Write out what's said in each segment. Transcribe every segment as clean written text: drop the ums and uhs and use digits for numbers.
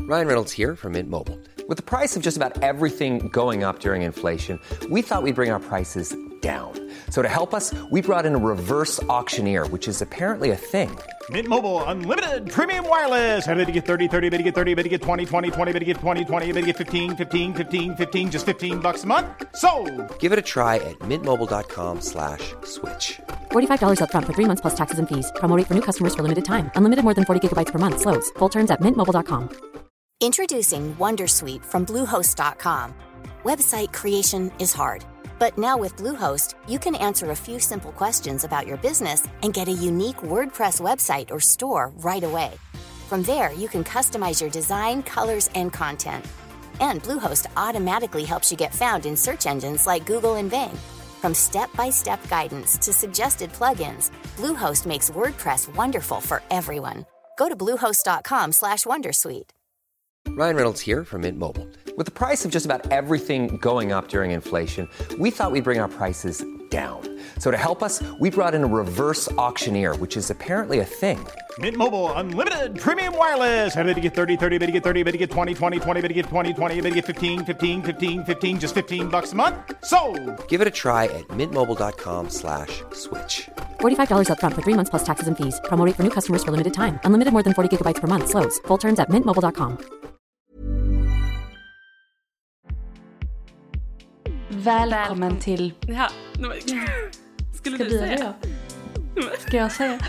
Ryan Reynolds here from Mint Mobile. With the price of just about everything going up during inflation, we thought we'd bring our prices down. So to help us, we brought in a reverse auctioneer, which is apparently a thing. Mint Mobile Unlimited Premium Wireless. How to get 30, 30, bit to get 30, bit to get 20, 20, 20, bit to get 20, 20, bit to get 15, 15, 15, 15, just $15 a month? Sold! Give it a try at mintmobile.com/switch. $45 up front for 3 months plus taxes and fees. Promo rate for new customers for limited time. Unlimited more than 40 gigabytes per month. Slows full terms at mintmobile.com. Introducing Wondersuite from Bluehost.com. Website creation is hard, but now with Bluehost, you can answer a few simple questions about your business and get a unique WordPress website or store right away. From there, you can customize your design, colors, and content. And Bluehost automatically helps you get found in search engines like Google and Bing. From step-by-step guidance to suggested plugins, Bluehost makes WordPress wonderful for everyone. Go to bluehost.com/wondersuite. Ryan Reynolds here from Mint Mobile. With the price of just about everything going up during inflation, we thought we'd bring our prices down. So to help us, we brought in a reverse auctioneer, which is apparently a thing. Mint Mobile Unlimited Premium Wireless. How to get 30, 30, bit to get 30, bit to get 20, 20, 20, bit to get 20, 20, bit to get 15, 15, 15, 15, just $15 a month? Sold! Give it a try at mintmobile.com/switch. $45 up front for 3 months plus taxes and fees. Promo rate for new customers for limited time. Unlimited more than 40 gigabytes per month. Slows full terms at mintmobile.com. Välkommen till... Ja, skulle du du säga? eller jag? Ska jag säga?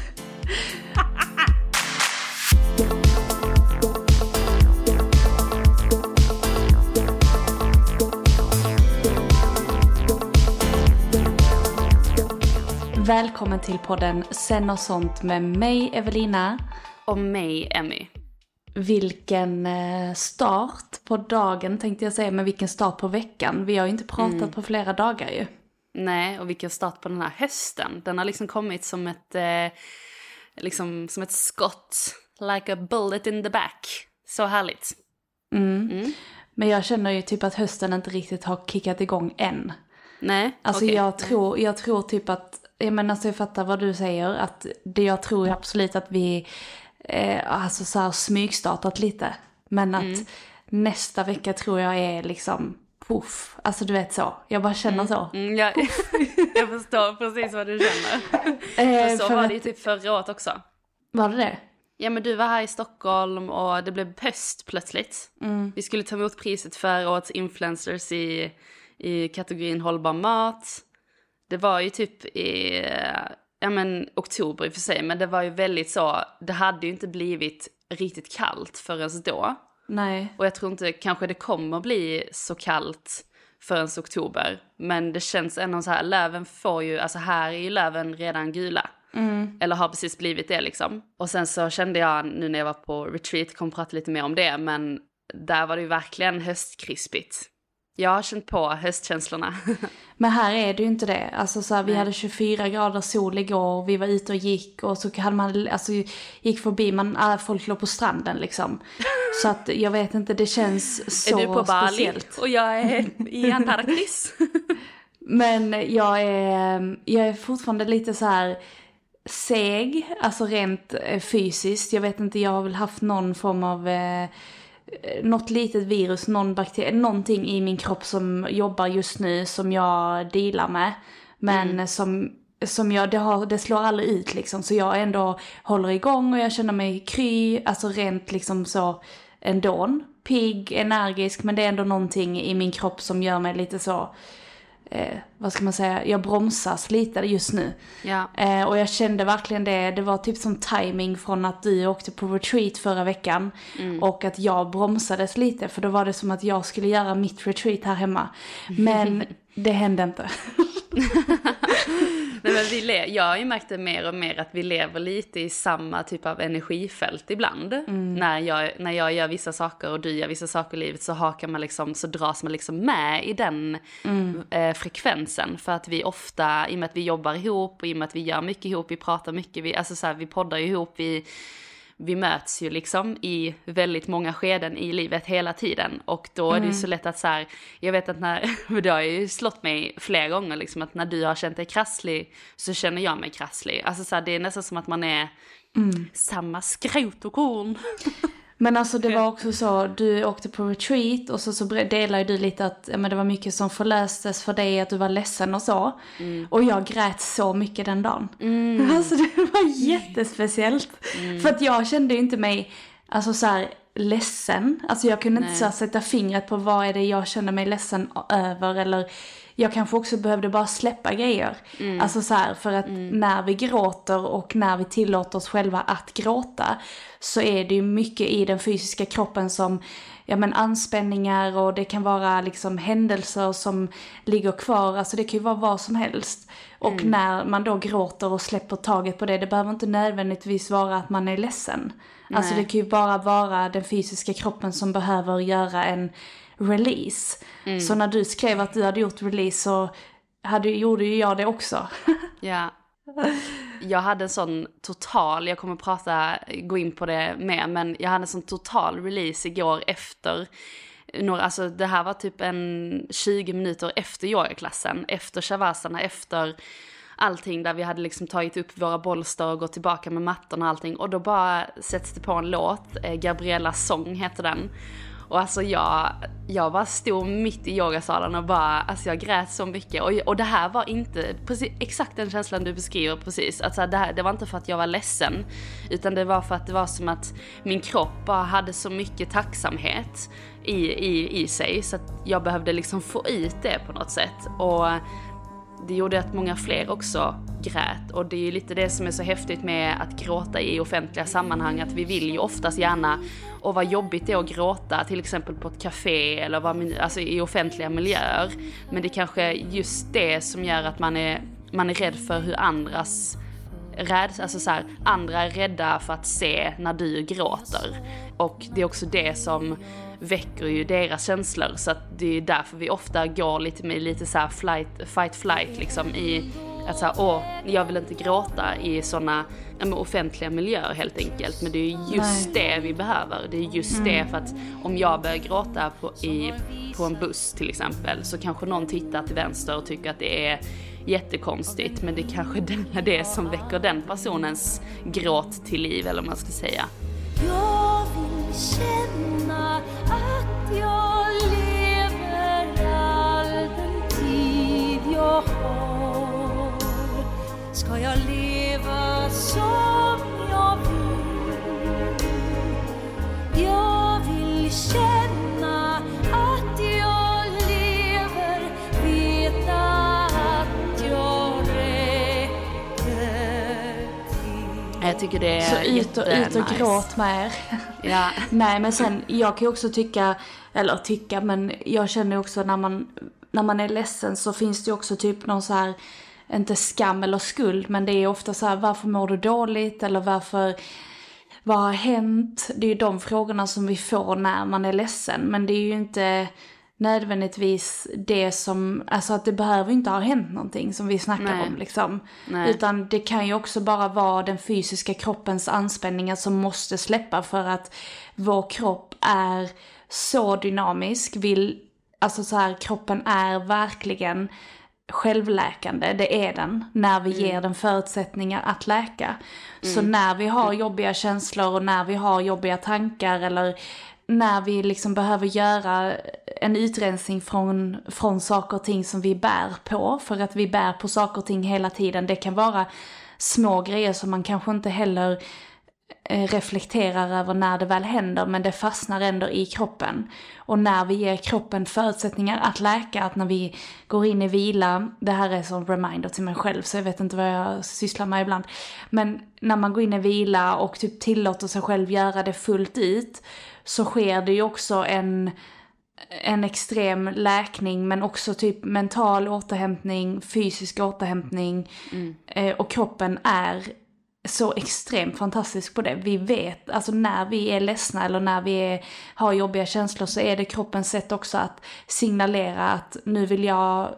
Välkommen till podden Sen och sånt med mig Evelina. Och mig Emmy. Vilken start på dagen tänkte jag säga, men vilken start på veckan. Vi har ju inte pratat på flera dagar ju. Nej, och vilken start på den här hösten. Den har liksom kommit som ett skott. Like a bullet in the back. Så härligt. Men jag känner ju typ att hösten inte riktigt har kickat igång än. Nej, Alltså okej. jag tror typ att, jag fattar vad du säger, att det jag tror absolut att vi alltså så här smygstartat lite, men att nästa vecka tror jag är liksom puff, alltså du vet så, jag bara känner så. Jag förstår precis vad du känner. Så var det ju typ förra året också. Var det? Ja, men du var här i Stockholm och det blev höst plötsligt. Vi skulle ta emot priset för årets influencers i kategorin hållbar mat. Det var ju typ i oktober i och för sig, men det var ju väldigt så, det hade ju inte blivit riktigt kallt förrän då. Nej. Och jag tror inte kanske det kommer bli så kallt förrän oktober, men det känns ändå så här, löven får ju, alltså här är ju löven redan gula. Eller har precis blivit det liksom. Och sen så kände jag nu när jag var på retreat, kommer prata lite mer om det, men där var det ju verkligen höstkrispigt. Jag har känt på höstkänslorna. Men här är det ju inte det. Alltså så här, vi hade 24 grader sol igår och vi var ute och gick, och så hade man, alltså gick förbi, folk låg på stranden liksom. Så att jag vet inte, det känns så speciellt. Är du på Bali och jag är i Antarktis? Men jag är fortfarande lite så här seg, alltså rent fysiskt. Jag vet inte, jag har väl haft någon form av något litet virus, någon bakterie, någonting i min kropp som jobbar just nu, som jag dealar med, men som jag, det slår aldrig ut liksom, så jag ändå håller igång och jag känner mig kry, alltså rent liksom så ändå pigg, energisk, men det är ändå någonting i min kropp som gör mig lite så vad ska man säga, jag bromsas lite just nu. Ja. Och jag kände verkligen det var typ som timing från att du åkte på retreat förra veckan och att jag bromsades lite, för då var det som att jag skulle göra mitt retreat här hemma, men det hände inte. Nej, men jag har ju märkt det mer och mer att vi lever lite i samma typ av energifält ibland. När jag gör vissa saker och du gör vissa saker i livet, så hakar man liksom, så dras man liksom med i den frekvensen. För att vi ofta, i och med att vi jobbar ihop och i och med att vi gör mycket ihop, vi pratar mycket, vi poddar ihop, vi möts ju liksom i väldigt många skeden i livet hela tiden. Och då är det ju så lätt att så här, jag vet att det har ju slått mig flera gånger liksom, att när du har känt dig krasslig så känner jag mig krasslig. Alltså så här, det är nästan som att man är samma skrot och korn. Men alltså det var också så, du åkte på retreat och så delade du lite att men det var mycket som förlöstes för dig, att du var ledsen och så. Och jag grät så mycket den dagen. Alltså det var jättespeciellt. För att jag kände ju inte mig alltså så här ledsen. Alltså jag kunde inte så här sätta fingret på vad är det jag kände mig ledsen över, eller jag kanske också behövde bara släppa grejer. Alltså så här, för att när vi gråter och när vi tillåter oss själva att gråta, så är det ju mycket i den fysiska kroppen som anspänningar, och det kan vara liksom händelser som ligger kvar. Alltså det kan ju vara vad som helst. Och när man då gråter och släpper taget på det behöver inte nödvändigtvis vara att man är ledsen. Alltså det kan ju bara vara den fysiska kroppen som behöver göra en release. Så när du skrev att du hade gjort release, så gjorde ju jag det också. Ja. Jag hade en sån total, jag kommer gå in på det med, men jag hade en sån total release igår efter alltså det här var typ 20 minuter efter yogaklassen, efter shavasana, efter allting där vi hade liksom tagit upp våra bolster och gått tillbaka med mattan och allting, och då bara sätts det på en låt, Gabriellas sång heter den. Och alltså jag bara stod mitt i yogasalen och bara, alltså jag grät så mycket. Och det här var inte precis exakt den känslan du beskriver precis. Alltså det var inte för att jag var ledsen, utan det var för att det var som att min kropp bara hade så mycket tacksamhet i sig. Så att jag behövde liksom få ut det på något sätt. Och det gjorde att många fler också grät. Och det är ju lite det som är så häftigt med att gråta i offentliga sammanhang. Att vi vill ju oftast gärna, och vad jobbigt det är att gråta till exempel på ett café eller alltså i offentliga miljöer. Men det är kanske just det som gör att man är rädd för hur andras alltså så här, andra är rädda för att se när du gråter. Och det är också det som väcker ju deras känslor, så att det är därför vi ofta går lite så här fight flight liksom, i att så här, jag vill inte gråta i såna offentliga miljöer helt enkelt, men det är just det vi behöver. Det är just det, för att om jag börjar gråta på en buss till exempel, så kanske någon tittar till vänster och tycker att det är jättekonstigt, men det kanske är det som väcker den personens gråt till liv, eller vad man ska säga. Jag vill känna att jag lever all den tid jag har. Ska jag leva som jag vill? Jag vill känna att jag lever, veta att jag räcker till. Jag tycker det är så ut och gråt med er. Ja. Nej, men sen jag kan ju också men jag känner också när man är ledsen, så finns det ju också typ någon så här, inte skam eller skuld, men det är ofta så här, varför mår du dåligt, eller vad har hänt? Det är ju de frågorna som vi får när man är ledsen, men det är ju inte nödvändigtvis det som, alltså att det behöver inte ha hänt någonting som vi snackar om liksom. Utan det kan ju också bara vara den fysiska kroppens anspänningar som måste släppa, för att vår kropp är så dynamisk, alltså så här, kroppen är verkligen självläkande, det är den, när vi ger den förutsättningar att läka. Så när vi har jobbiga känslor och när vi har jobbiga tankar, eller när vi liksom behöver göra en utrensning från saker och ting som vi bär på, för att vi bär på saker och ting hela tiden. Det kan vara små grejer som man kanske inte heller reflekterar över när det väl händer, men det fastnar ändå i kroppen. Och när vi ger kroppen förutsättningar att läka, att när vi går in i vila, det här är som reminder till mig själv, så jag vet inte vad jag sysslar med ibland, men när man går in i vila och typ tillåter sig själv göra det fullt ut, så sker det ju också en extrem läkning, men också typ mental återhämtning, fysisk återhämtning, och kroppen är så extremt fantastisk på det. Vi vet, alltså när vi är ledsna eller när vi har jobbiga känslor, så är det kroppens sätt också att signalera att nu vill jag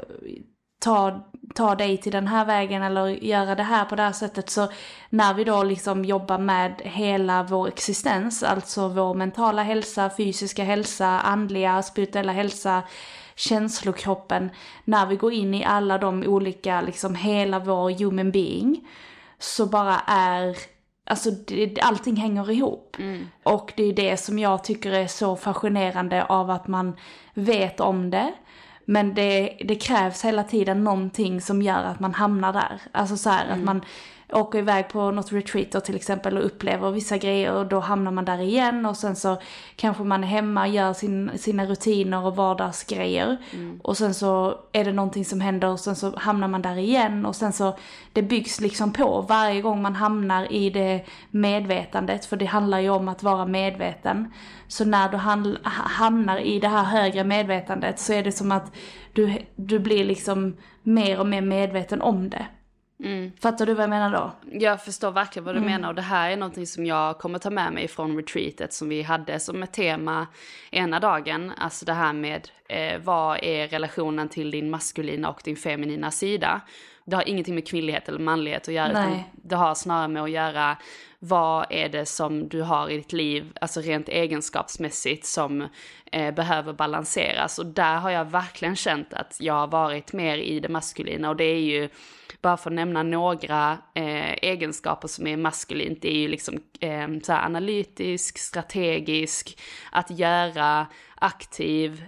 ta dig till den här vägen, eller göra det här på det här sättet. Så när vi då liksom jobbar med hela vår existens, alltså vår mentala hälsa, fysiska hälsa, andliga, spirituella hälsa, känslokroppen, när vi går in i alla de olika, liksom hela vår human being, så bara är, alltså allting hänger ihop. Och det är det som jag tycker är så fascinerande av att man vet om det. Men det krävs hela tiden någonting som gör att man hamnar där. Alltså så här, att man åker iväg på något retreat och till exempel och upplever vissa grejer och då hamnar man där igen och sen så kanske man är hemma och gör sina rutiner och vardagsgrejer och sen så är det någonting som händer och sen så hamnar man där igen och sen så det byggs liksom på varje gång man hamnar i det medvetandet, för det handlar ju om att vara medveten. Så när du hamnar i det här högre medvetandet så är det som att du blir liksom mer och mer medveten om det. Fattar du vad jag menar då? Jag förstår verkligen vad du menar, och det här är någonting som jag kommer ta med mig från retreatet som vi hade som ett tema ena dagen. Alltså det här med vad är relationen till din maskulina och din feminina sida. Det har ingenting med kvinnlighet eller manlighet att göra, utan det har snarare med att göra vad är det som du har i ditt liv, alltså rent egenskapsmässigt, som behöver balanseras. Och där har jag verkligen känt att jag har varit mer i det maskulina, och det är ju, bara för att nämna några egenskaper som är maskulint, det är ju liksom så här analytisk, strategisk, att göra, aktiv,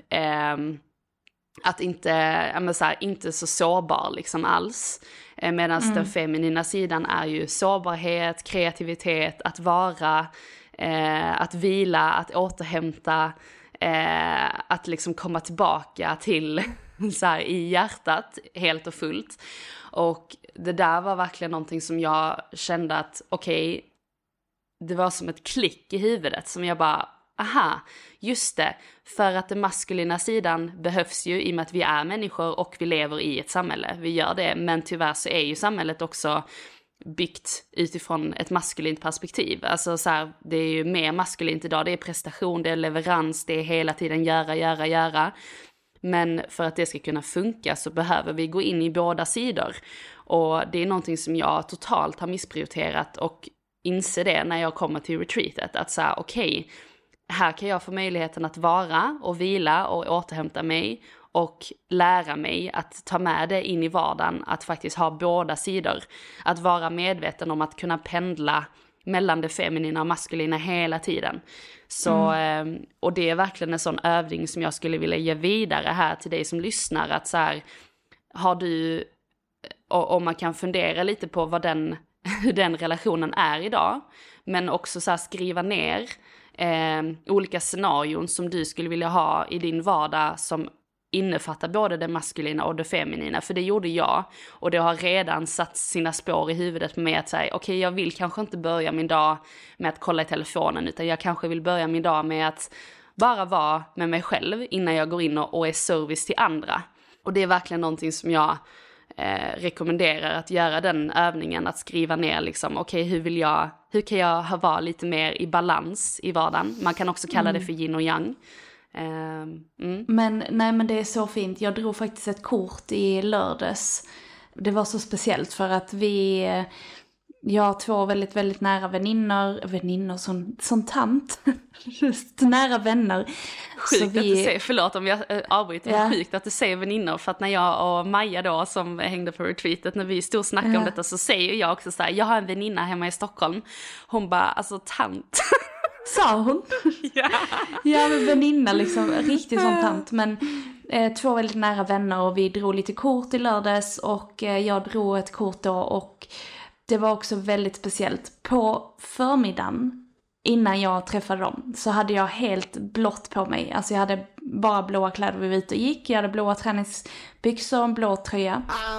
att inte så sårbar liksom alls. Medan den feminina sidan är ju sårbarhet, kreativitet, att vara, att vila, att återhämta, att liksom komma tillbaka till så här, i hjärtat helt och fullt. Och det där var verkligen någonting som jag kände att okej, det var som ett klick i huvudet som jag bara, aha, just det, för att den maskulina sidan behövs ju i och med att vi är människor och vi lever i ett samhälle, vi gör det, men tyvärr så är ju samhället också byggt utifrån ett maskulint perspektiv. Alltså så här, det är ju mer maskulint idag, det är prestation, det är leverans, det är hela tiden göra. Men för att det ska kunna funka så behöver vi gå in i båda sidor. Och det är någonting som jag totalt har missprioriterat och inser det när jag kommer till retreatet. Att säga okej, här kan jag få möjligheten att vara och vila och återhämta mig och lära mig att ta med det in i vardagen, att faktiskt ha båda sidor. Att vara medveten om att kunna pendla mellan det feminina och maskulina hela tiden. Så, och det är verkligen en sån övning som jag skulle vilja ge vidare här till dig som lyssnar. Att så här, har du, och man kan fundera lite på vad hur den relationen är idag. Men också så här, skriva ner olika scenarion som du skulle vilja ha i din vardag som innefattar både det maskulina och det feminina. För det gjorde jag, och det har redan satt sina spår i huvudet med att säga okej, jag vill kanske inte börja min dag med att kolla i telefonen, utan jag kanske vill börja min dag med att bara vara med mig själv innan jag går in och är service till andra. Och det är verkligen någonting som jag rekommenderar, att göra den övningen, att skriva ner liksom, okej, hur kan jag vara lite mer i balans i vardagen. Man kan också kalla det för yin och yang. Men det är så fint. Jag drog faktiskt ett kort i lördags. Det var så speciellt för att jag har 2 väldigt, väldigt nära väninnor som tant. Nära vänner. Sjukt att du säger, förlåt om jag avbryter, men sjukt att du säger väninnor, för att när jag och Maja då som hängde på retreatet, när vi stod och snackade om detta, så säger jag också så här, jag har en väninna hemma i Stockholm. Hon bara, alltså tant. Sa hon? Ja, men väninna liksom, riktigt som tant. Men 2 väldigt nära vänner, och vi drog lite kort i lördags, och jag drog ett kort då, och det var också väldigt speciellt. På förmiddagen, innan jag träffade dem, så hade jag helt blått på mig. Alltså jag hade bara blåa kläder, vi var ute och gick. Jag hade blåa träningsbyxor, en blå tröja.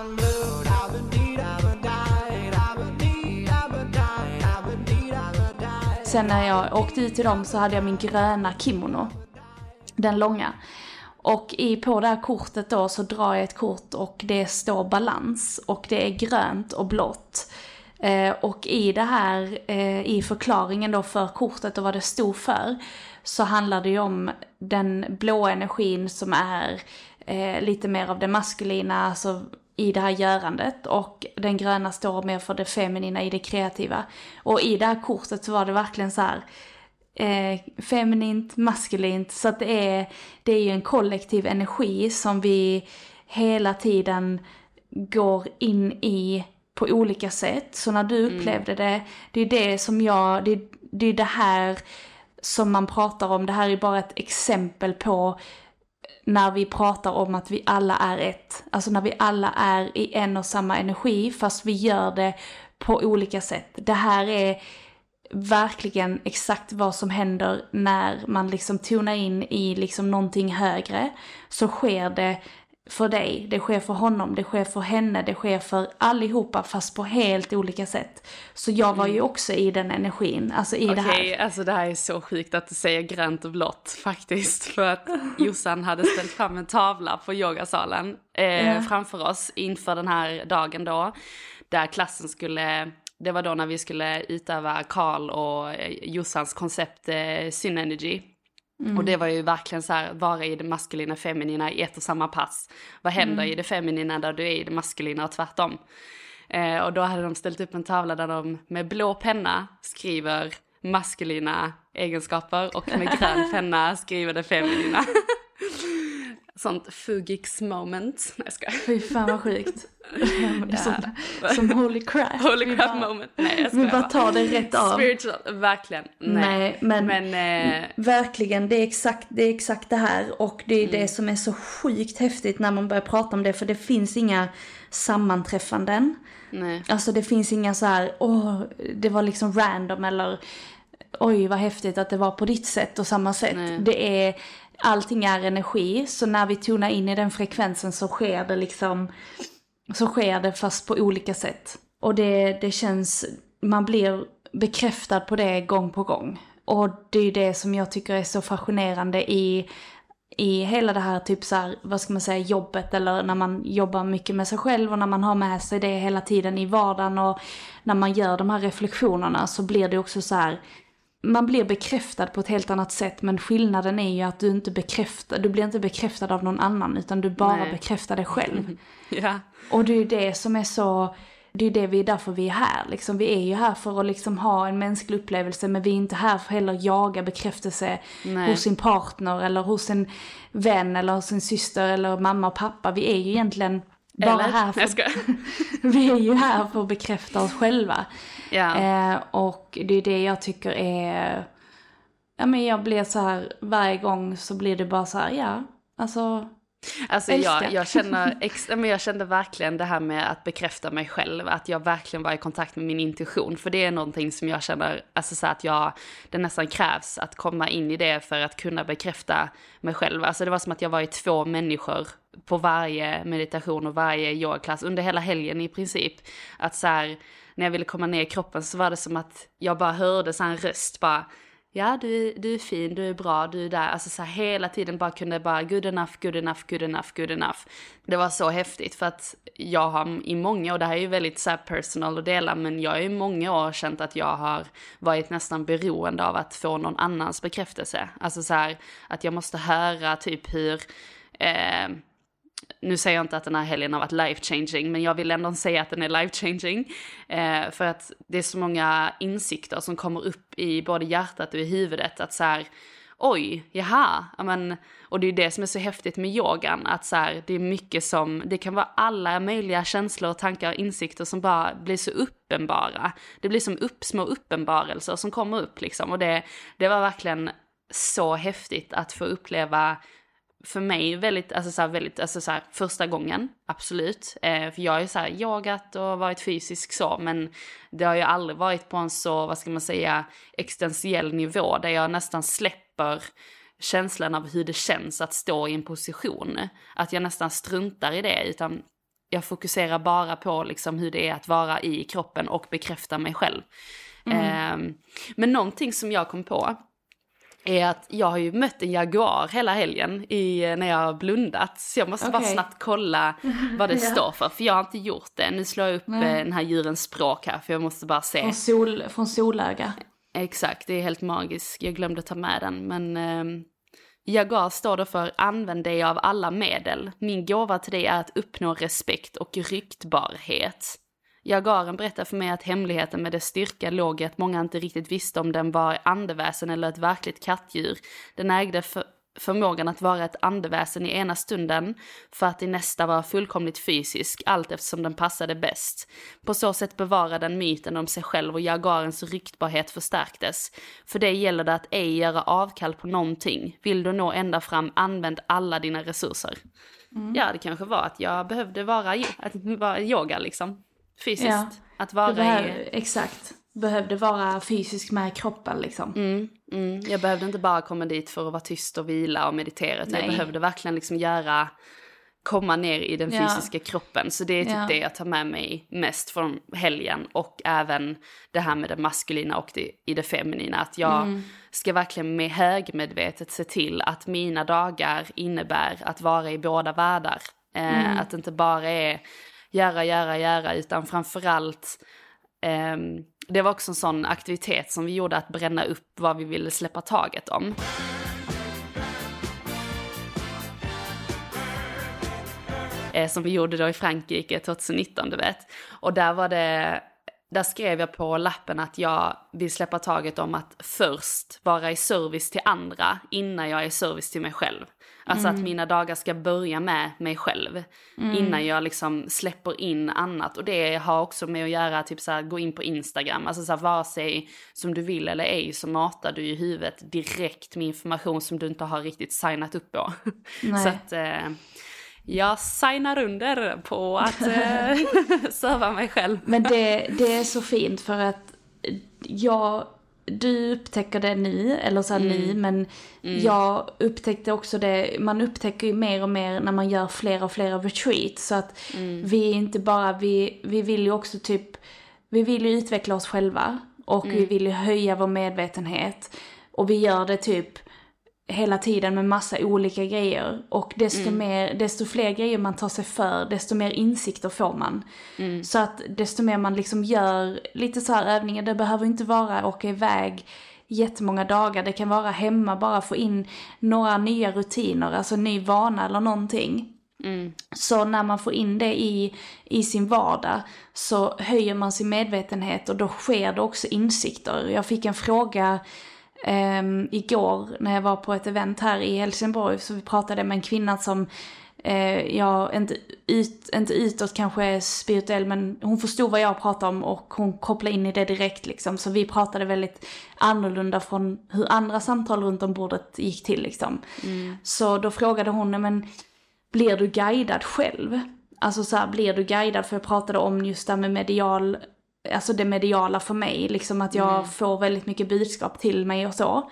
Sen när jag åkte ut till dem så hade jag min gröna kimono. Den långa. Och på det här kortet då så drar jag ett kort och det står balans. Och det är grönt och blått. Och i det här, i förklaringen då för kortet och vad det stod för, så handlar det ju om den blåa energin som är lite mer av det maskulina, alltså i det här görandet, och den gröna står mer för det feminina, i det kreativa. Och i det här kortet så var det verkligen så här feminint, maskulint, så att det är ju en kollektiv energi som vi hela tiden går in i på olika sätt. Så när du upplevde det är det som det är det här som man pratar om. Det här är bara ett exempel på när vi pratar om att vi alla är ett. Alltså när vi alla är i en och samma energi, fast vi gör det på olika sätt. Det här är verkligen exakt vad som händer när man liksom tonar in i liksom någonting högre. Så sker det för dig, det sker för honom, det sker för henne, det sker för allihopa, fast på helt olika sätt. Så jag var ju också i den energin, alltså i det här. Okej, alltså det här är så sjukt att du säger grönt och blått faktiskt. För att Jossan hade ställt fram en tavla på yogasalen framför oss inför den här dagen då. Där klassen skulle, det var då när vi skulle utöva Karl och Jossans koncept Synergy. Och det var ju verkligen så här, vara i det maskulina feminina i ett och samma pass. Vad händer i det feminina där du är i det maskulina och tvärtom? Och då hade de ställt upp en tavla där de med blå penna skriver maskulina egenskaper och med grön penna skriver det feminina. Sånt Fugix moment. Nej, jag skojar. Fy fan vad sjukt. Som holy crap. Holy crap moment. Nej, jag skojar. Vi bara tar det rätt av. Spiritual, verkligen. Nej, men verkligen, det är exakt det här. Och det är det som är så sjukt häftigt när man börjar prata om det. För det finns inga sammanträffanden. Nej. Alltså det finns inga så här, det var liksom random eller oj vad häftigt att det var på ditt sätt och samma sätt. Nej. Det är, allting är energi, så när vi tonar in i den frekvensen så sker det fast på olika sätt. Och det känns, man blir bekräftad på det gång på gång. Och det är det som jag tycker är så fascinerande i hela det här typ så här, vad ska man säga, jobbet, eller när man jobbar mycket med sig själv och när man har med sig det hela tiden i vardagen, och när man gör de här reflektionerna så blir det också så här, man blir bekräftad på ett helt annat sätt, men skillnaden är ju att du blir inte bekräftad av någon annan, utan du bara bekräftar dig själv. Ja. Och det är ju det som är så, det är det därför vi är här liksom. Vi är ju här för att liksom ha en mänsklig upplevelse, men vi är inte här för att heller jaga bekräftelse hos sin partner eller hos en vän eller hos sin syster eller mamma och pappa. Vi är ju egentligen bara här för vi är ju här för att bekräfta oss själva. Ja. Och det är det jag tycker är, ja men jag blir så här, varje gång så blir det bara så här, alltså jag kände verkligen det här med att bekräfta mig själv, att jag verkligen var i kontakt med min intuition, för det är någonting som jag känner, alltså så att det nästan krävs att komma in i det för att kunna bekräfta mig själv. Alltså det var som att jag var i 2 människor på varje meditation och varje yogaklass under hela helgen i princip. Att så här, när jag ville komma ner i kroppen så var det som att jag bara hörde så här en röst bara, ja du är fin, du är bra, du är där. Alltså så här, hela tiden kunde good enough, good enough, good enough, good enough. Det var så häftigt, för att jag har i många, och det här är ju väldigt så här personal att dela, men jag har i många år känt att jag har varit nästan beroende av att få någon annans bekräftelse. Alltså så här, att jag måste höra typ hur nu säger jag inte att den här helgen har varit life-changing, men jag vill ändå säga att den är life-changing. För att det är så många insikter som kommer upp i både hjärtat och i huvudet. Att så här, oj, jaha. Amen. Och det är det som är så häftigt med yogan. Att så här, det är mycket som, det kan vara alla möjliga känslor och tankar och insikter som bara blir så uppenbara. Det blir som små uppenbarelser som kommer upp liksom. Och det var verkligen så häftigt att få uppleva, för mig väldigt, första gången, absolut. För jag har ju så här yogat och varit fysisk så, men det har ju aldrig varit på en så, vad ska man säga, existentiell nivå där jag nästan släpper känslan av hur det känns att stå i en position. Att jag nästan struntar i det, utan jag fokuserar bara på liksom hur det är att vara i kroppen och bekräfta mig själv. Men någonting som jag kom på är att jag har ju mött en jaguar hela helgen när jag har blundat. Så jag måste bara snabbt kolla vad det står för jag har inte gjort det. Nu slår jag upp den här djurens språk här, för jag måste bara se. Från solöga. Exakt, det är helt magiskt. Jag glömde ta med den. Men jaguar står då för använd dig av alla medel. Min gåva till dig är att uppnå respekt och ryktbarhet. Jagaren berättar för mig att hemligheten med dess styrka låg i att många inte riktigt visste om den var andeväsen eller ett verkligt kattdjur. Den ägde förmågan att vara ett andeväsen i ena stunden för att i nästa vara fullkomligt fysisk, allt eftersom den passade bäst. På så sätt bevarade den myten om sig själv och jaguarens ryktbarhet förstärktes. För det gäller det att ej göra avkall på någonting. Vill du nå ända fram, använd alla dina resurser. Ja, det kanske var att jag behövde vara yoga liksom. Fysiskt. Ja, att vara exakt. Behövde vara fysisk med kroppen liksom. Jag behövde inte bara komma dit för att vara tyst och vila och meditera. Jag behövde verkligen liksom komma ner i den fysiska kroppen. Så det är typ det jag tar med mig mest från helgen. Och även det här med det maskulina och det feminina. Att jag ska verkligen med högmedvetet se till att mina dagar innebär att vara i båda världar. Att det inte bara är göra, utan framförallt... det var också en sån aktivitet som vi gjorde, att bränna upp vad vi ville släppa taget om. Som vi gjorde då i Frankrike 2019, du vet. Och där skrev jag på lappen att jag vill släppa taget om att först vara i service till andra innan jag är i service till mig själv. Alltså att mina dagar ska börja med mig själv innan jag liksom släpper in annat. Och det har också med att göra typ så här, gå in på Instagram. Alltså så här, vare sig som du vill eller ej så matar du i huvudet direkt med information som du inte har riktigt signat upp på. Så att jag signar under på att serva mig själv. Men det är så fint för att du upptäcker det nu, eller så här men jag upptäckte också det, man upptäcker ju mer och mer när man gör fler och fler retreats, så att vi är inte bara, vi vill ju också typ, vi vill ju utveckla oss själva och vi vill ju höja vår medvetenhet, och vi gör det typ hela tiden med massa olika grejer, och desto fler grejer man tar sig för, desto mer insikter får man. Så att desto mer man liksom gör lite så här övningar, det behöver inte vara åka iväg jättemånga dagar, det kan vara hemma, bara få in några nya rutiner, alltså ny vana eller någonting. Så när man får in det i sin vardag så höjer man sin medvetenhet, och då sker det också insikter. Jag fick en fråga igår när jag var på ett event här i Helsingborg, så vi pratade med en kvinna som inte utåt kanske är spirituell, men hon förstod vad jag pratade om och hon kopplade in i det direkt liksom. Så vi pratade väldigt annorlunda från hur andra samtal runt om bordet gick till liksom. Så då frågade hon, men blir du guidad själv? Alltså så här, blir du guidad? För jag pratade om just det med alltså det mediala för mig, liksom att jag får väldigt mycket budskap till mig och så.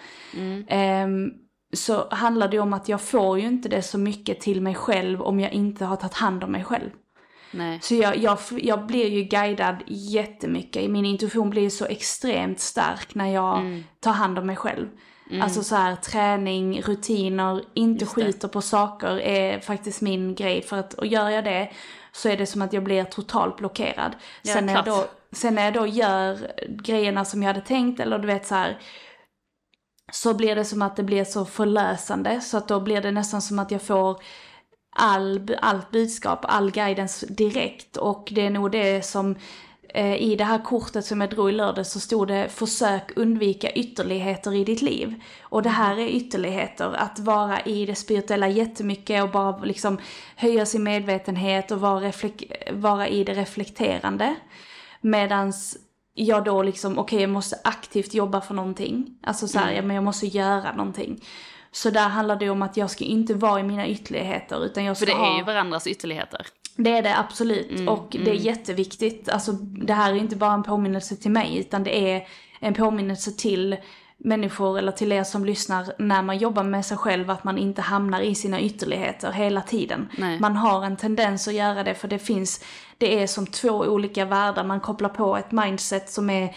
Så handlar det om att jag får ju inte det så mycket till mig själv om jag inte har tagit hand om mig själv. Nej. Så jag blir ju guidad jättemycket. Min intuition blir så extremt stark när jag tar hand om mig själv. Alltså så här, träning, rutiner, inte skjuter på saker är faktiskt min grej. För att, och gör jag det så är det som att jag blir totalt blockerad. Ja, sen när jag då gör grejerna som jag hade tänkt, eller du vet så här, så blir det som att det blir så förlösande. Så att då blir det nästan som att jag får allt budskap, all guidance direkt. Och det är nog det som i det här kortet som jag drog i lördag, så stod det: försök undvika ytterligheter i ditt liv. Och det här är ytterligheter, att vara i det spirituella jättemycket och bara liksom höja sin medvetenhet och vara i det reflekterande. Medans jag då liksom, jag måste aktivt jobba för någonting. Alltså så här, men jag måste göra någonting. Så där handlar det om att jag ska inte vara i mina ytterligheter, utan jag ska för det är ju varandras ytterligheter. Det är det absolut, och det är jätteviktigt. Alltså det här är inte bara en påminnelse till mig, utan det är en påminnelse till människor eller till er som lyssnar, när man jobbar med sig själv, att man inte hamnar i sina ytterligheter hela tiden. Nej. Man har en tendens att göra det, för det är som två olika världar. Man kopplar på ett mindset som är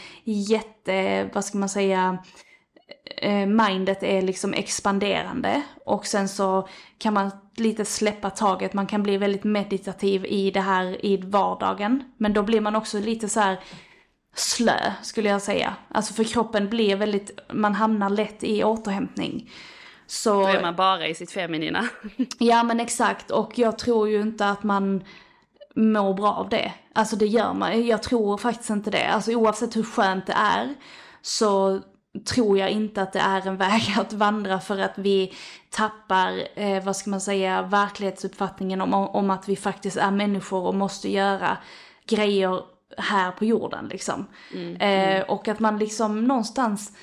mindet är liksom expanderande, och sen så kan man lite släppa taget, man kan bli väldigt meditativ i det här i vardagen, men då blir man också lite så här slö, skulle jag säga. Alltså för kroppen blir väldigt, man hamnar lätt i återhämtning. Så då är man bara i sitt feminina. Ja, men exakt, och jag tror ju inte att man mår bra av det. Alltså det gör man, jag tror faktiskt inte det. Alltså oavsett hur skönt det är, så tror jag inte att det är en väg att vandra, för att vi tappar, vad ska man säga, verklighetsuppfattningen om att vi faktiskt är människor och måste göra grejer här på jorden liksom. Och att man liksom någonstans,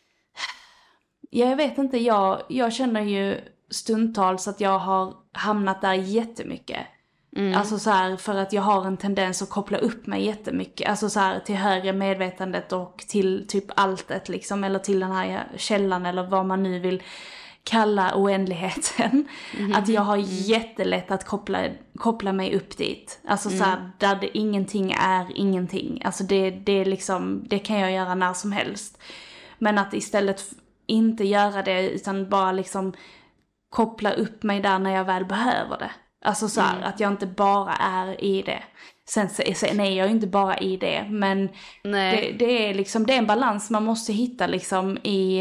jag vet inte, jag känner ju stundtals att jag har hamnat där jättemycket. Alltså så här, för att jag har en tendens att koppla upp mig jättemycket, alltså så här, till högre medvetandet och till typ alltet liksom, eller till den här källan eller vad man nu vill kalla oändligheten. Att jag har jättelätt att koppla mig upp dit. Alltså så här, där det ingenting är ingenting. Alltså det är liksom, det kan jag göra när som helst. Men att istället inte göra det, utan bara liksom koppla upp mig där när jag väl behöver det. Alltså så här, att jag inte bara är i det. Sen är jag ju inte bara i det, men det är liksom, det är en balans man måste hitta liksom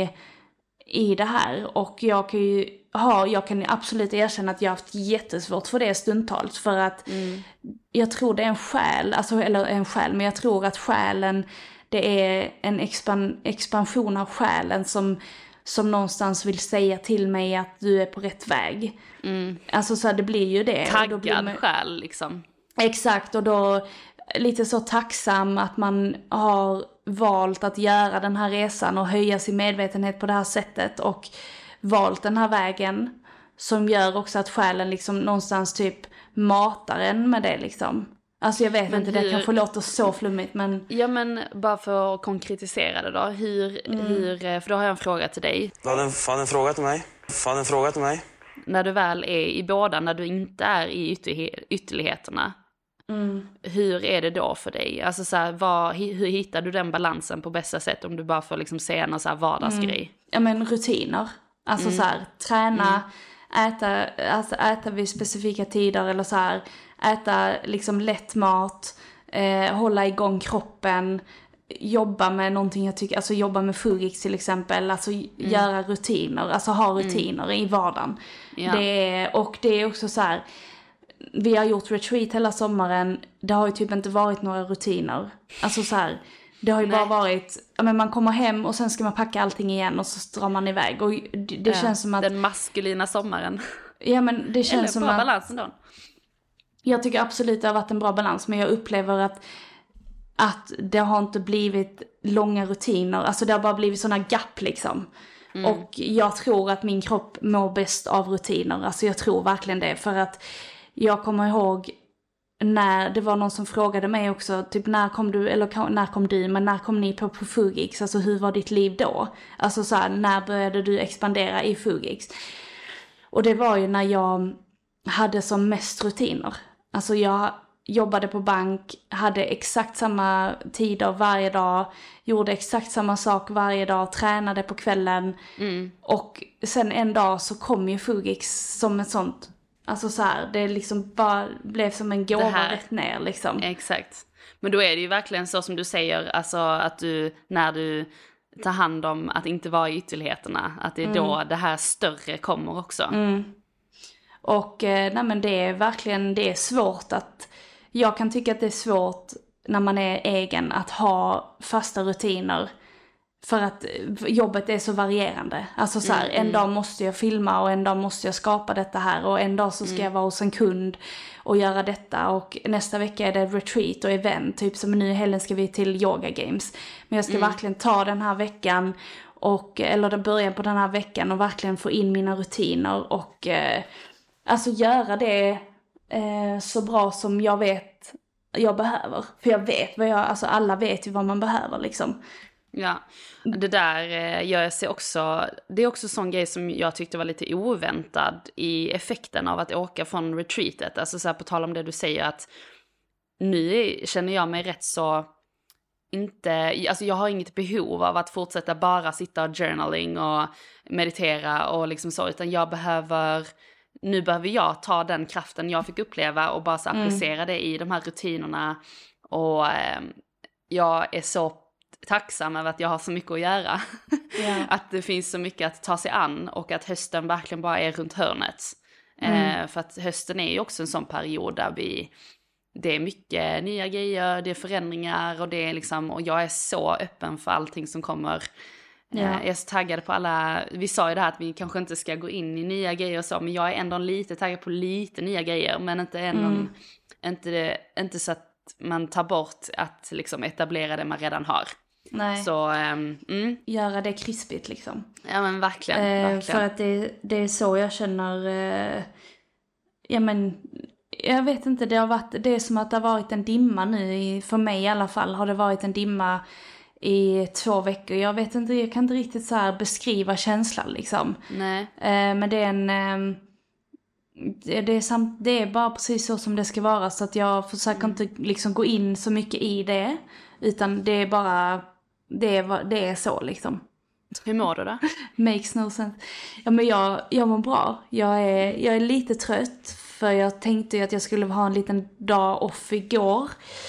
i det här. Och jag kan absolut erkänna att jag har haft jättesvårt för det stundtals, för att jag tror det är en själ, alltså, eller en själ, men jag tror att själen, det är en expansion av själen som någonstans vill säga till mig att du är på rätt väg. Alltså så här, det blir ju det. Taggad själ liksom. Exakt, och då lite så tacksam att man har valt att göra den här resan och höja sin medvetenhet på det här sättet och valt den här vägen, som gör också att själen liksom någonstans typ matar en med det liksom. Alltså jag vet men inte, det kan få låta så flummigt, men... Ja, men bara för att konkretisera det då. Hur för då har jag en fråga till dig. Fan en fråga till mig. När du väl är i båda, när du inte är i ytterligheterna, hur är det då för dig? Alltså så här, hur hittar du den balansen på bästa sätt, om du bara får liksom se en så här vardagsgrej? Ja, men rutiner. Alltså så här, träna, äta vid specifika tider, eller så här, äta liksom lätt mat, hålla igång kroppen, jobba med någonting jag tycker, alltså jobba med Fugix till exempel, alltså göra rutiner, alltså ha rutiner i vardagen. Ja. Det är också så här, vi har gjort retreat hela sommaren, det har ju typ inte varit några rutiner. Alltså så här, det har ju bara varit, ja, men man kommer hem och sen ska man packa allting igen och så drar man iväg, och det känns som att den maskulina sommaren. Ja, men det känns eller som bra att balansen då. Jag tycker absolut det har varit en bra balans, men jag upplever att det har inte blivit långa rutiner. Alltså det har bara blivit såna gap liksom. Och jag tror att min kropp mår bäst av rutiner. Alltså jag tror verkligen det. För att jag kommer ihåg när det var någon som frågade mig också, typ när kom ni på Fugix? Alltså hur var ditt liv då? Alltså så här, när började du expandera i Fugix? Och det var ju när jag hade som mest rutiner. Alltså jag jobbade på bank, hade exakt samma tider varje dag, gjorde exakt samma sak varje dag, tränade på kvällen. Och sen en dag så kom ju Fugix som ett sånt, alltså så här, det liksom bara blev som en gåva rätt ner liksom. Exakt. Men då är det ju verkligen så som du säger, alltså att du, när du tar hand om att inte vara i ytterligheterna, att det är då det här större kommer också. Och nej, men det är verkligen, det är svårt att, jag kan tycka att det är svårt när man är egen att ha fasta rutiner, för att jobbet är så varierande. Alltså så här, en dag måste jag filma och en dag måste jag skapa detta här, och en dag så ska jag vara hos en kund och göra detta, och nästa vecka är det retreat och event, typ som nu i helgen ska vi till Yoga Games. Men jag ska verkligen ta den här veckan eller den början på den här veckan och verkligen få in mina rutiner och alltså göra det så bra som jag vet jag behöver. För jag vet alltså alla vet ju vad man behöver liksom. Ja, det där gör jag sig också, det är också sån grej som jag tyckte var lite oväntad i effekten av att åka från retreatet. Alltså så här, på tal om det du säger, att nu känner jag mig rätt så inte, alltså jag har inget behov av att fortsätta bara sitta och journaling och meditera och liksom så, utan nu behöver jag ta den kraften jag fick uppleva och bara så applicera det i de här rutinerna, och jag är så tacksam över att jag har så mycket att göra. Yeah. Att det finns så mycket att ta sig an, och att hösten verkligen bara är runt hörnet. För att hösten är ju också en sån period där det är mycket nya grejer, det är förändringar, och det är liksom, och jag är så öppen för allting som kommer Ja. Jag är så taggad på alla, vi sa ju det här att vi kanske inte ska gå in i nya grejer och så, men jag är ändå lite taggad på lite nya grejer, men inte så att man tar bort att liksom etablera det man redan har. Nej. Så, göra det krispigt liksom. Ja men verkligen. För att det är så jag känner, jag vet inte, det är som att det har varit en dimma nu, för mig i alla fall har det varit en dimma i 2 veckor. Jag vet inte, jag kan inte riktigt så här beskriva känslan liksom. Nej. Men det är det är bara precis så som det ska vara, så att jag försöker inte liksom gå in så mycket i det, utan det är bara det är så liksom. Hur mår du då? Makes no sense. Ja, men jag mår bra. Jag är lite trött, för jag tänkte ju att jag skulle ha en liten dag off igår.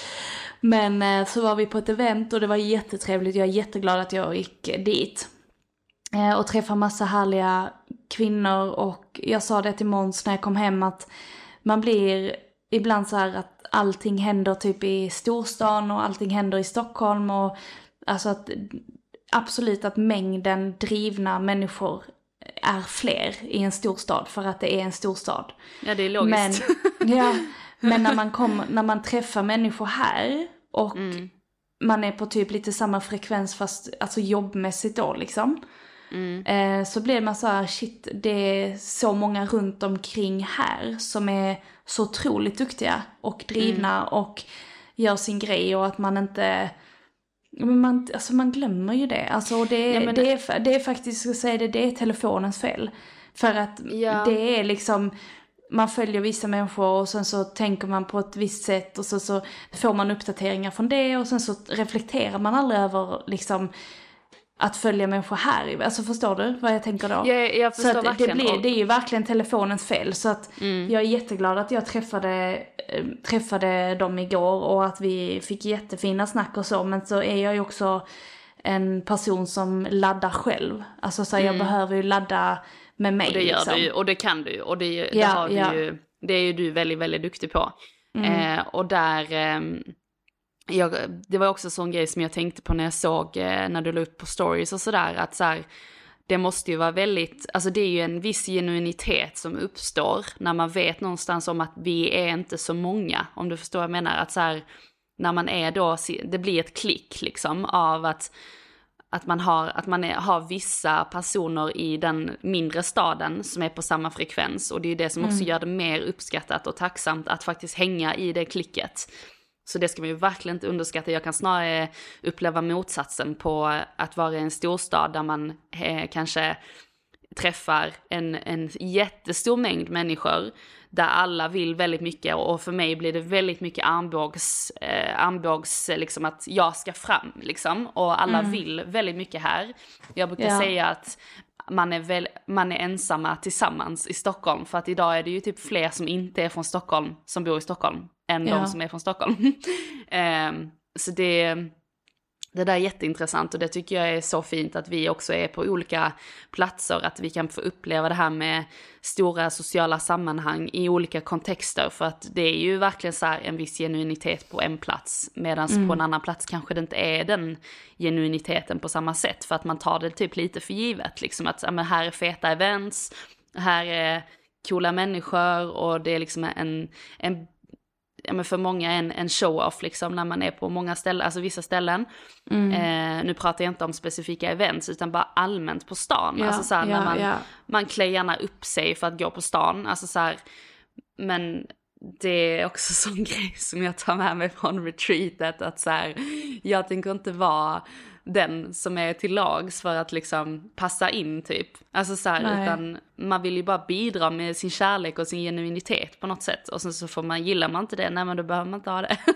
Men så var vi på ett event och det var jättetrevligt. Jag är jätteglad att jag gick dit. Och träffade massa härliga kvinnor. Och jag sa det till Måns när jag kom hem, att man blir ibland så här att allting händer typ i storstan och allting händer i Stockholm. Och alltså att absolut att mängden drivna människor är fler i en storstad, för att det är en storstad. Ja, det är logiskt. Men när man träffar människor här och man är på typ lite samma frekvens, fast alltså jobbmässigt då liksom. Så blir man så här, shit, det är så många runt omkring här som är så otroligt duktiga och drivna och gör sin grej, och att man inte... Men man glömmer ju det. Alltså det är faktiskt, jag säga det är telefonens fel. För att det är liksom, man följer vissa människor och sen så tänker man på ett visst sätt, och så får man uppdateringar från det, och sen så reflekterar man aldrig över liksom att följa människor här. Alltså förstår du vad jag tänker då? Jag förstår, så att verkligen. Det är ju verkligen telefonens fel. Så att jag är jätteglad att jag träffade dem igår, och att vi fick jättefina snack och så. Men så är jag ju också en person som laddar själv. Alltså så jag behöver ju ladda med mig. Och det gör liksom. du ju, och det kan du ju. Och det är ju du väldigt, väldigt duktig på. Och där... det var också en sån grej som jag tänkte på när jag såg när du la upp på stories och sådär, att så här, det måste ju vara väldigt, alltså det är ju en viss genuinitet som uppstår när man vet någonstans om att vi är inte så många, om du förstår vad jag menar, att så här, när man är då, det blir ett klick liksom av att man har vissa personer i den mindre staden som är på samma frekvens, och det är ju det som också gör det mer uppskattat och tacksamt att faktiskt hänga i det klicket. Så det ska man ju verkligen inte underskatta. Jag kan snarare uppleva motsatsen på att vara i en storstad där man kanske träffar en jättestor mängd människor där alla vill väldigt mycket, och för mig blir det väldigt mycket armbågs liksom att jag ska fram liksom, och alla vill väldigt mycket här. Jag brukar säga att man är ensamma tillsammans i Stockholm, för att idag är det ju typ fler som inte är från Stockholm som bor i Stockholm än de som är från Stockholm. Så det där är jätteintressant, och det tycker jag är så fint att vi också är på olika platser, att vi kan få uppleva det här med stora sociala sammanhang i olika kontexter, för att det är ju verkligen så här en viss genuinitet på en plats, medan på en annan plats kanske det inte är den genuiniteten på samma sätt, för att man tar det typ lite för givet liksom, att men här är feta events, här är coola människor, och det är liksom men för många en show-off liksom, när man är på många ställen, alltså vissa ställen. Nu pratar jag inte om specifika events, utan bara allmänt på stan. Alltså så här, när man klär gärna upp sig för att gå på stan. Alltså så här, men det är också sån grej som jag tar med mig från retreatet, att så här, jag tänker inte vara den som är till lags för att liksom passa in typ. Alltså så här, utan man vill ju bara bidra med sin kärlek och sin genuinitet på något sätt. Och sen så får man, gillar man inte det, nej men då behöver man inte ha det.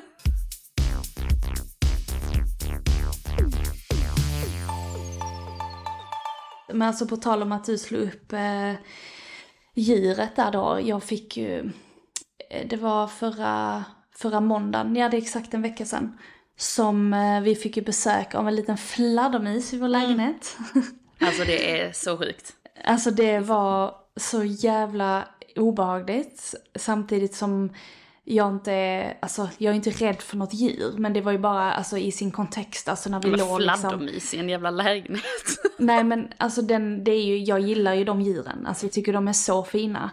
Men alltså på tal om att du slog upp djuret där då. Jag fick ju, det var förra måndagen, det är exakt en vecka sedan, som vi fick ju besök av en liten fladdermus i vår lägenhet. Alltså det är så sjukt. Alltså det var så jävla obehagligt, samtidigt som jag är inte rädd för något djur, men det var ju bara alltså, i sin kontext, alltså när vi låg liksom... Fladdermys i en jävla lägenhet. Nej, men alltså det är ju, jag gillar ju de djuren, alltså jag tycker de är så fina.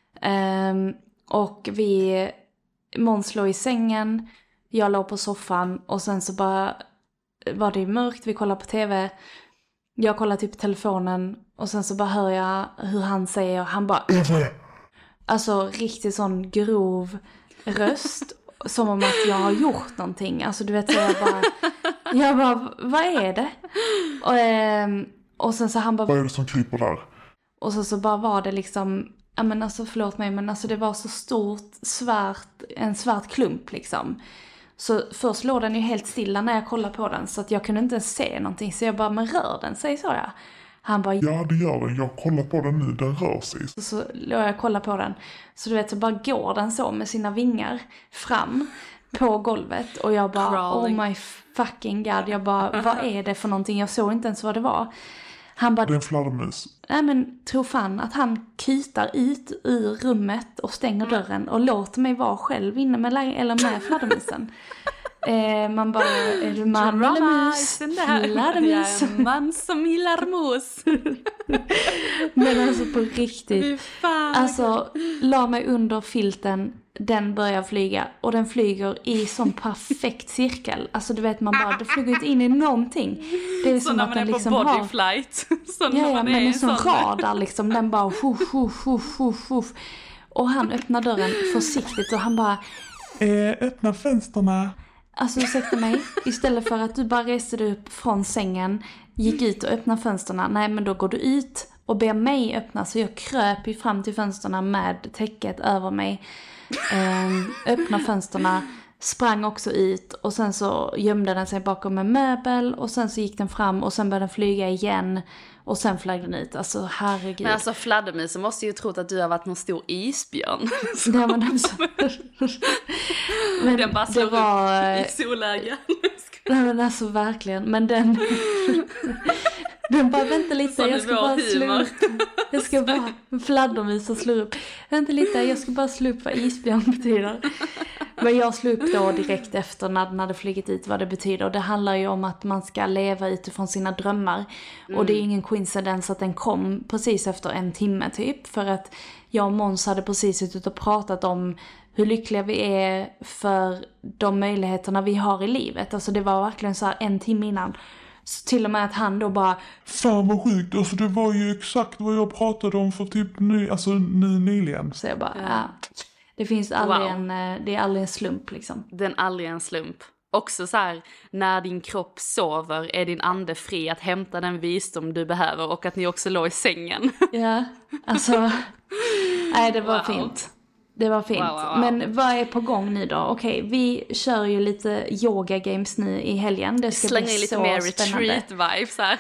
Och Måns låg i sängen, jag låg på soffan och sen så bara var det mörkt, vi kollade på tv. Jag kollar typ telefonen och sen så bara hör jag hur han säger, han bara... Alltså riktigt sån grov röst, som om att jag har gjort någonting. Alltså du vet så jag bara vad är det? Och sen så han bara... Vad är det som kryper där? Och så bara var det liksom... Ja men alltså förlåt mig, men alltså det var så stort, en svart klump liksom. Så först låg den ju helt stilla när jag kollade på den, så att jag kunde inte se någonting. Så jag bara, men rör den sig, så jag. Han bara, ja det gör den, jag kollar på den nu, den rör sig. Så låg jag och kollade på den. Så du vet, så bara går den så med sina vingar fram på golvet. Och jag bara, crawling. Oh my fucking god. Jag bara, vad är det för någonting? Jag såg inte ens vad det var. Han bara, det är en fladdermus. Nej men tro fan att han kytar ut ur rummet och stänger dörren och låter mig vara själv inne med fladdermusen. Man bara, är du man eller mus? Fladdermus. Ja, man som gillar mus. Men alltså på riktigt. Alltså, la mig under filten. Den börjar flyga. Och den flyger i sån perfekt cirkel. Alltså du vet, man bara, det flyger inte in i någonting. Det är så som när att man den är liksom på har... bodyflight. Ja, men en sån radar liksom. Den bara, och han öppnar dörren försiktigt och han bara... öppna fönsterna. Alltså ursäkta mig, istället för att du bara reste dig upp från sängen, gick ut och öppnade fönsterna. Nej, men då går du ut och ber mig öppna. Så jag kröp ju fram till fönsterna med täcket över mig. Öppna fönsterna, sprang också ut. Och sen så gömde den sig bakom en möbel. Och sen så gick den fram och sen började den flyga igen. Och sen flög den ut, alltså herregud. Men alltså fladdermusen måste ju trott att du har varit någon stor isbjörn. Ja, men alltså... men den bara slår upp i solläge. Nej men alltså verkligen, men den bara, vänta lite, jag ska bara slå upp. Jag ska bara, fladdermus och slå upp. Vänta lite, jag ska bara slå upp vad isbjörn betyder. Men jag slog upp då direkt efter när den hade flygit ut vad det betyder. Och det handlar ju om att man ska leva utifrån sina drömmar. Och det är ingen coincidens att den kom precis efter 1 timme typ. För att jag och Måns hade precis suttit och pratat om hur lyckliga vi är för de möjligheterna vi har i livet. Alltså det var verkligen så här 1 timme innan. Så till och med att han då bara... Fan vad sjukt, alltså det var ju exakt vad jag pratade om för typ nyligen. Så jag bara, ja. Det finns aldrig det är aldrig en slump liksom. Den är aldrig en slump. Också så här, när din kropp sover är din ande fri att hämta den visdom du behöver. Och att ni också låg i sängen. Ja, alltså... Nej, det var fint. Det var fint. Wow. Men vad är på gång nu då? Okej, vi kör ju lite yoga games nu i helgen. Det ska slänger bli lite så mer spännande. retreat-vibes här.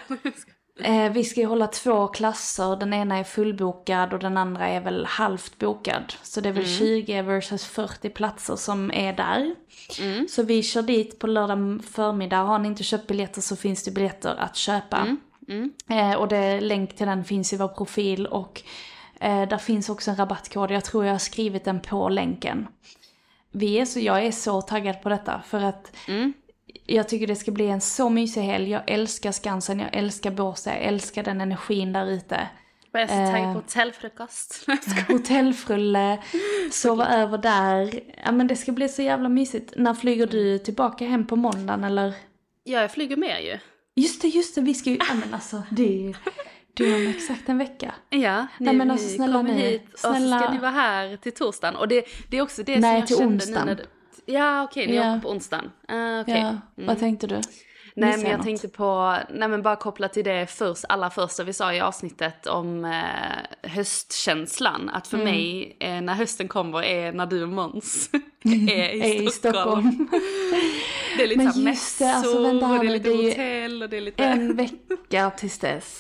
Vi ska ju hålla 2 klasser. Den ena är fullbokad och den andra är väl halvt bokad. Så det är väl 20 versus 40 platser som är där. Så vi kör dit på lördag förmiddag. Har ni inte köpt biljetter så finns det biljetter att köpa. Och länk till den finns i vår profil. Och där finns också en rabattkod. Jag tror jag har skrivit den på länken. Jag är så taggad på detta. För att... Jag tycker det ska bli en så mysig helg. Jag älskar Skansen, jag älskar Båstad, jag älskar den energin där ute. Jag är så taggad på hotellfrukost. Hotellfrulle, sova över där. Ja men det ska bli så jävla mysigt. När flyger du tillbaka hem på måndagen eller? Ja, jag flyger med ju. Just det, vi ska ju, ja men alltså det är om exakt en vecka. Ja, ni kommer hit och så ska ni vara här till torsdagen. Och det är också det som jag till kände onsdagen. nu när ja, okej, ni åker på onsdagen. Okay. Ja, vad tänkte du? Nej, men jag tänkte på, bara koppla till det allra första vi sa i avsnittet om höstkänslan. Att för mig, när hösten kommer, är när du och Måns är i Stockholm. Det är lite mässor och det är lite hotell och det är lite... En vecka tills dess.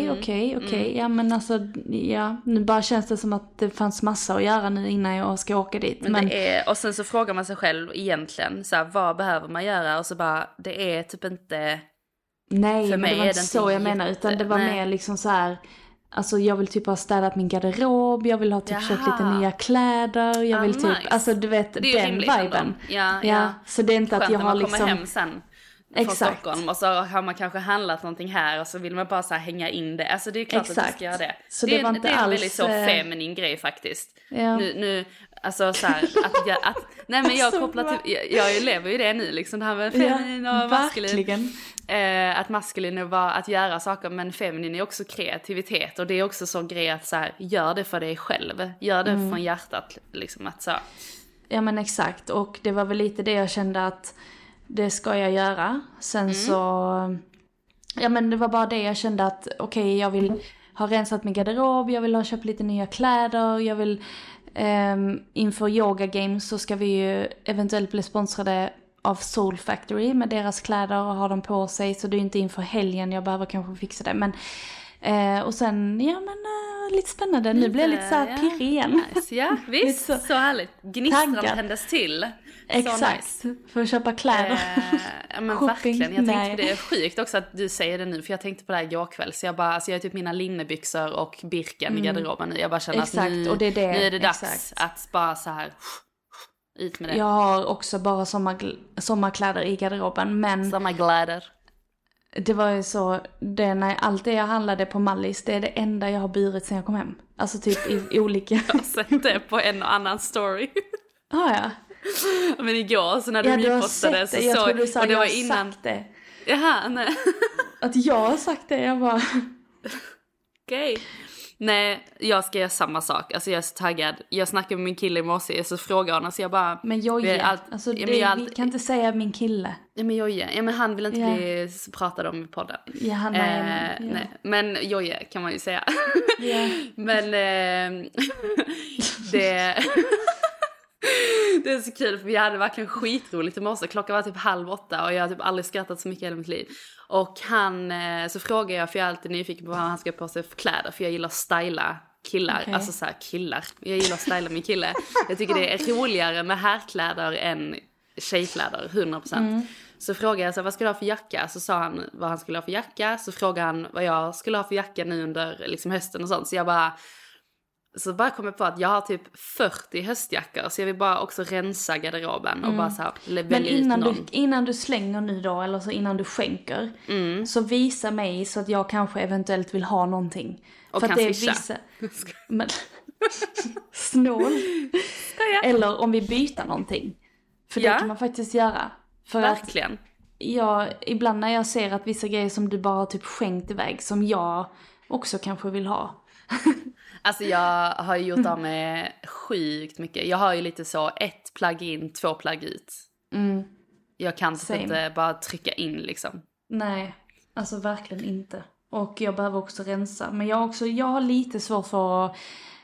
Okej. Ja, men alltså, nu bara känns det som att det fanns massa att göra nu innan jag ska åka dit. Men och sen så frågar man sig själv egentligen, så här, vad behöver man göra? Och så bara, det är typ inte... Nej, för men mig det var inte så jag menar, utan det var mer liksom så här... Alltså jag vill typ ha städat min garderob, jag vill ha typ köpt lite nya kläder, jag vill typ, nice. alltså du vet den viben. Ja. Så det är inte att jag har liksom... kommer hem sen från Stockholm och så har man kanske handlat någonting här och så vill man bara så här hänga in det. Alltså det är klart att du ska göra det. Så det var inte är en alls... väldigt så feminin grej faktiskt. Ja. Nu alltså så här, nej men jag kopplar till, jag lever ju det nu liksom, det här med feminin och maskulin. Verkligen. Att maskulin var att göra saker, men feminin är också kreativitet och det är också så grej att så här, gör det för dig själv, gör det från hjärtat liksom, att så. Ja men exakt, och det var väl lite det jag kände att det ska jag göra. Sen så, ja men det var bara det jag kände att okej, jag vill ha rensat min garderob, jag vill ha köpt lite nya kläder, jag vill inför Yoga Games så ska vi ju eventuellt bli sponsrade av Soul Factory med deras kläder och ha dem på sig, så det är inte inför helgen, jag behöver kanske fixa det, men och sen, lite spännande, nu blir jag lite så här pirrig igen. Nice. Ja, visst, så härligt, gnistran tändes till. Exakt, nice. För att köpa kläder. Men verkligen, jag tänkte det är sjukt också att du säger det nu, för jag tänkte på det här igår kväll, så jag har typ mina linnebyxor och birken i garderoben nu, jag bara känner att nu, och det är det. Nu är det dags att bara så här ut med det. Jag har också bara sommarkläder i garderoben, men sommarkläder. Det var ju så, allt det jag handlade på Mallis, det är det enda jag har burit sen jag kom hem. Alltså typ i olika... Jag har sett det på en och annan story. Ja. Men igår så när du repostade så jag tror du sa och det jag var innan... sagt det. Jaha, nej. Att jag har sagt det, jag bara... Okej. Nej, jag ska göra samma sak. Alltså jag är så taggad. Jag snackade med min kille i morse, så frågar honom, så jag bara... Men Jojje, vi kan inte säga min kille. Ja men Jojje, men han vill inte bli pratad om i podden. Ja, han är... Nej, men Jojje kan man ju säga. Yeah. Men det är så kul, för vi hade verkligen skitroligt i morse. Klockan var typ 7:30 och jag har typ aldrig skrattat så mycket i hela mitt liv. Och så frågar jag, för jag är alltid nyfiken på vad han ska på sig för kläder, för jag gillar att styla killar. Okay. Alltså så här killar. Jag gillar att styla min kille. Jag tycker det är roligare med herrkläder än tjejkläder, 100%. Så frågade jag så, vad ska du ha för jacka? Så sa han vad han skulle ha för jacka. Så frågade han vad jag skulle ha för jacka nu under liksom hösten och sånt. Så jag bara kom jag på att jag har typ 40 höstjackor, så jag vill bara också rensa garderoben och bara så här, men innan du slänger nu då, eller så innan du skänker, så visa mig så att jag kanske eventuellt vill ha någonting. Och för kan att det är swisha. Men snål. Eller om vi byter någonting. För det kan man faktiskt göra. För verkligen. Ibland när jag ser att vissa grejer som du bara har typ skänkt iväg, som jag också kanske vill ha. Alltså jag har gjort av med sjukt mycket. Jag har ju lite så 1 plagg in, 2 plagg ut. Jag kan inte bara trycka in liksom. Nej, alltså verkligen inte. Och jag behöver också rensa. Men jag har lite svårt för att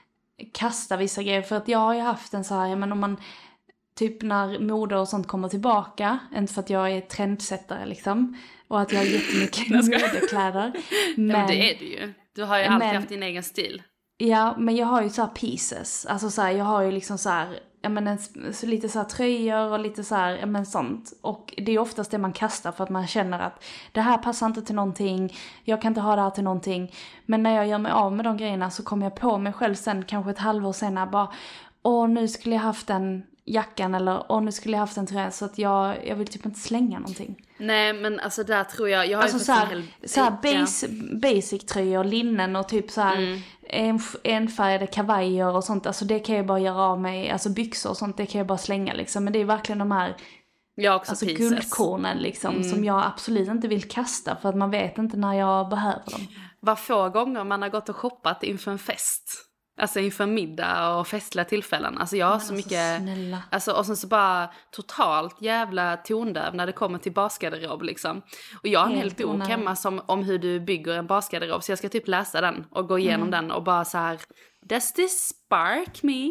kasta vissa grejer. För att jag har ju haft en så här, men om man typ när mode och sånt kommer tillbaka, inte för att jag är trendsättare liksom, och att jag har jättemycket modekläder. Men det är du ju. Du har ju alltid haft din egen stil. Ja, men jag har ju så här pieces. Alltså så här, jag har ju liksom så här, lite så här tröjor och lite så här, sånt. Och det är oftast det man kastar för att man känner att det här passar inte till någonting. Jag kan inte ha det här till någonting. Men när jag gör mig av med de grejerna så kommer jag på mig själv sen, kanske ett halvår senare, bara nu skulle jag haft den jackan, eller nu skulle jag haft en tröja, så att jag vill typ inte slänga någonting. Nej, men alltså där tror jag har alltså så här basic tröjor, linnen och typ så här enfärgade kavajer och sånt, alltså det kan jag bara göra av mig, alltså byxor och sånt, det kan jag bara slänga liksom, men det är verkligen de här alltså guldkornen liksom, som jag absolut inte vill kasta, för att man vet inte när jag behöver dem. Vad få gånger man har gått och shoppat inför en fest. Alltså inför middag och festliga tillfällen. Alltså jag har så mycket... Snälla. Alltså, och sen så bara totalt jävla tondöv när det kommer till basgarderob liksom. Och jag har en hel bok hemma om hur du bygger en basgarderob. Så jag ska typ läsa den och gå igenom den och bara så här... Does this spark me?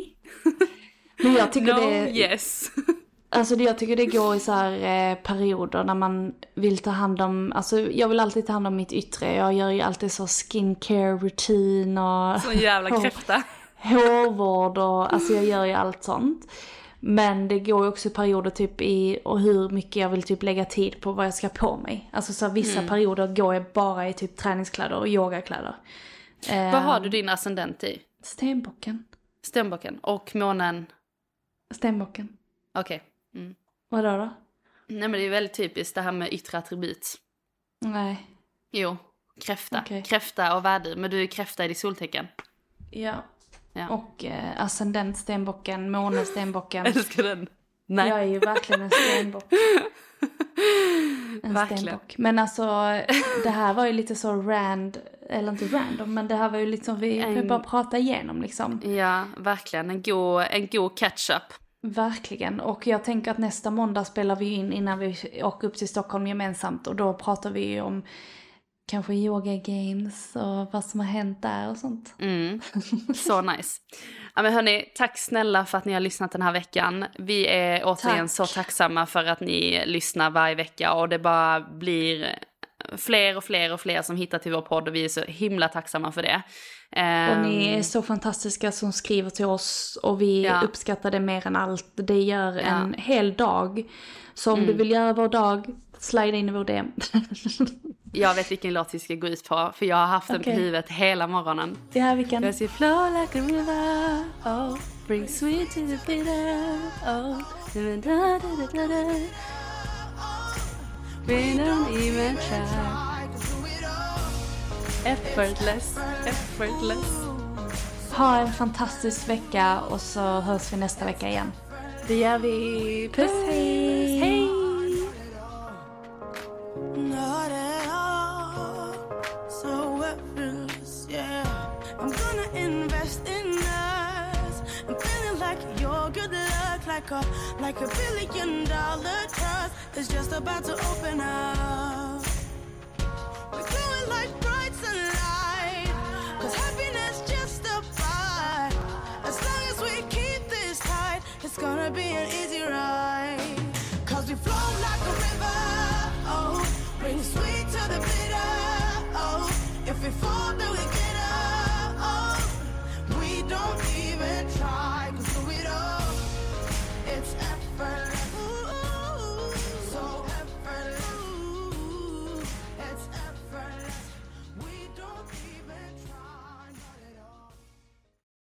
Men jag tycker yes. Alltså jag tycker det går i så här perioder när man vill ta hand om, alltså jag vill alltid ta hand om mitt yttre. Jag gör ju alltid så skincare rutin och så jävla kräfta. Hårvård och alltså jag gör ju allt sånt. Men det går ju också perioder typ och hur mycket jag vill typ lägga tid på vad jag ska på mig. Alltså så vissa perioder går jag bara i typ träningskläder och yogakläder. Vad har du din ascendent i? Stenbocken. Stenbocken. Och månen? Stenbocken. Okej. Mm. Vadå då? Nej, men det är väldigt typiskt det här med yttre attribut. Nej. Jo, kräfta. Okej. Kräfta och värdur. Men du är kräfta i ditt soltecken. Ja. Ja. Och ascendent stenbocken, måne stenbocken. Älskar den. Nej. Jag är ju verkligen en stenbock. Stenbock. Men alltså, det här var ju lite så eller inte random, men det här var ju liksom vi bara prata igenom liksom. Ja, verkligen. En god catch-up. Verkligen. Och jag tänker att nästa måndag spelar vi in innan vi åker upp till Stockholm gemensamt. Och då pratar vi om kanske yoga games och vad som har hänt där och sånt. Så nice. Ja, men hörni, tack snälla för att ni har lyssnat den här veckan. Vi är återigen så tacksamma för att ni lyssnar varje vecka. Och det bara blir fler och fler och fler som hittar till vår podd. Och vi är så himla tacksamma för det. Och ni är så fantastiska som skriver till oss. Och vi uppskattar det mer än allt. Det gör en hel dag. Så om du vill göra vår dag, slide in i vår DM. Jag vet vilken låt vi ska gå ut på. För jag har haft den på huvudet hela morgonen. Ja, vilken? Cause you flow like a river, oh, bring sweet to the bitter, oh, da-da-da-da-da-da. We don't even try. Effortless. Ha en fantastisk vecka och så hörs vi nästa vecka igen. Det gör vi. Puss, hej! Hej! Not at all, so effortless, yeah. I'm gonna invest in us. I'm feeling like your good luck, like a $1 billion trust is just about to open up.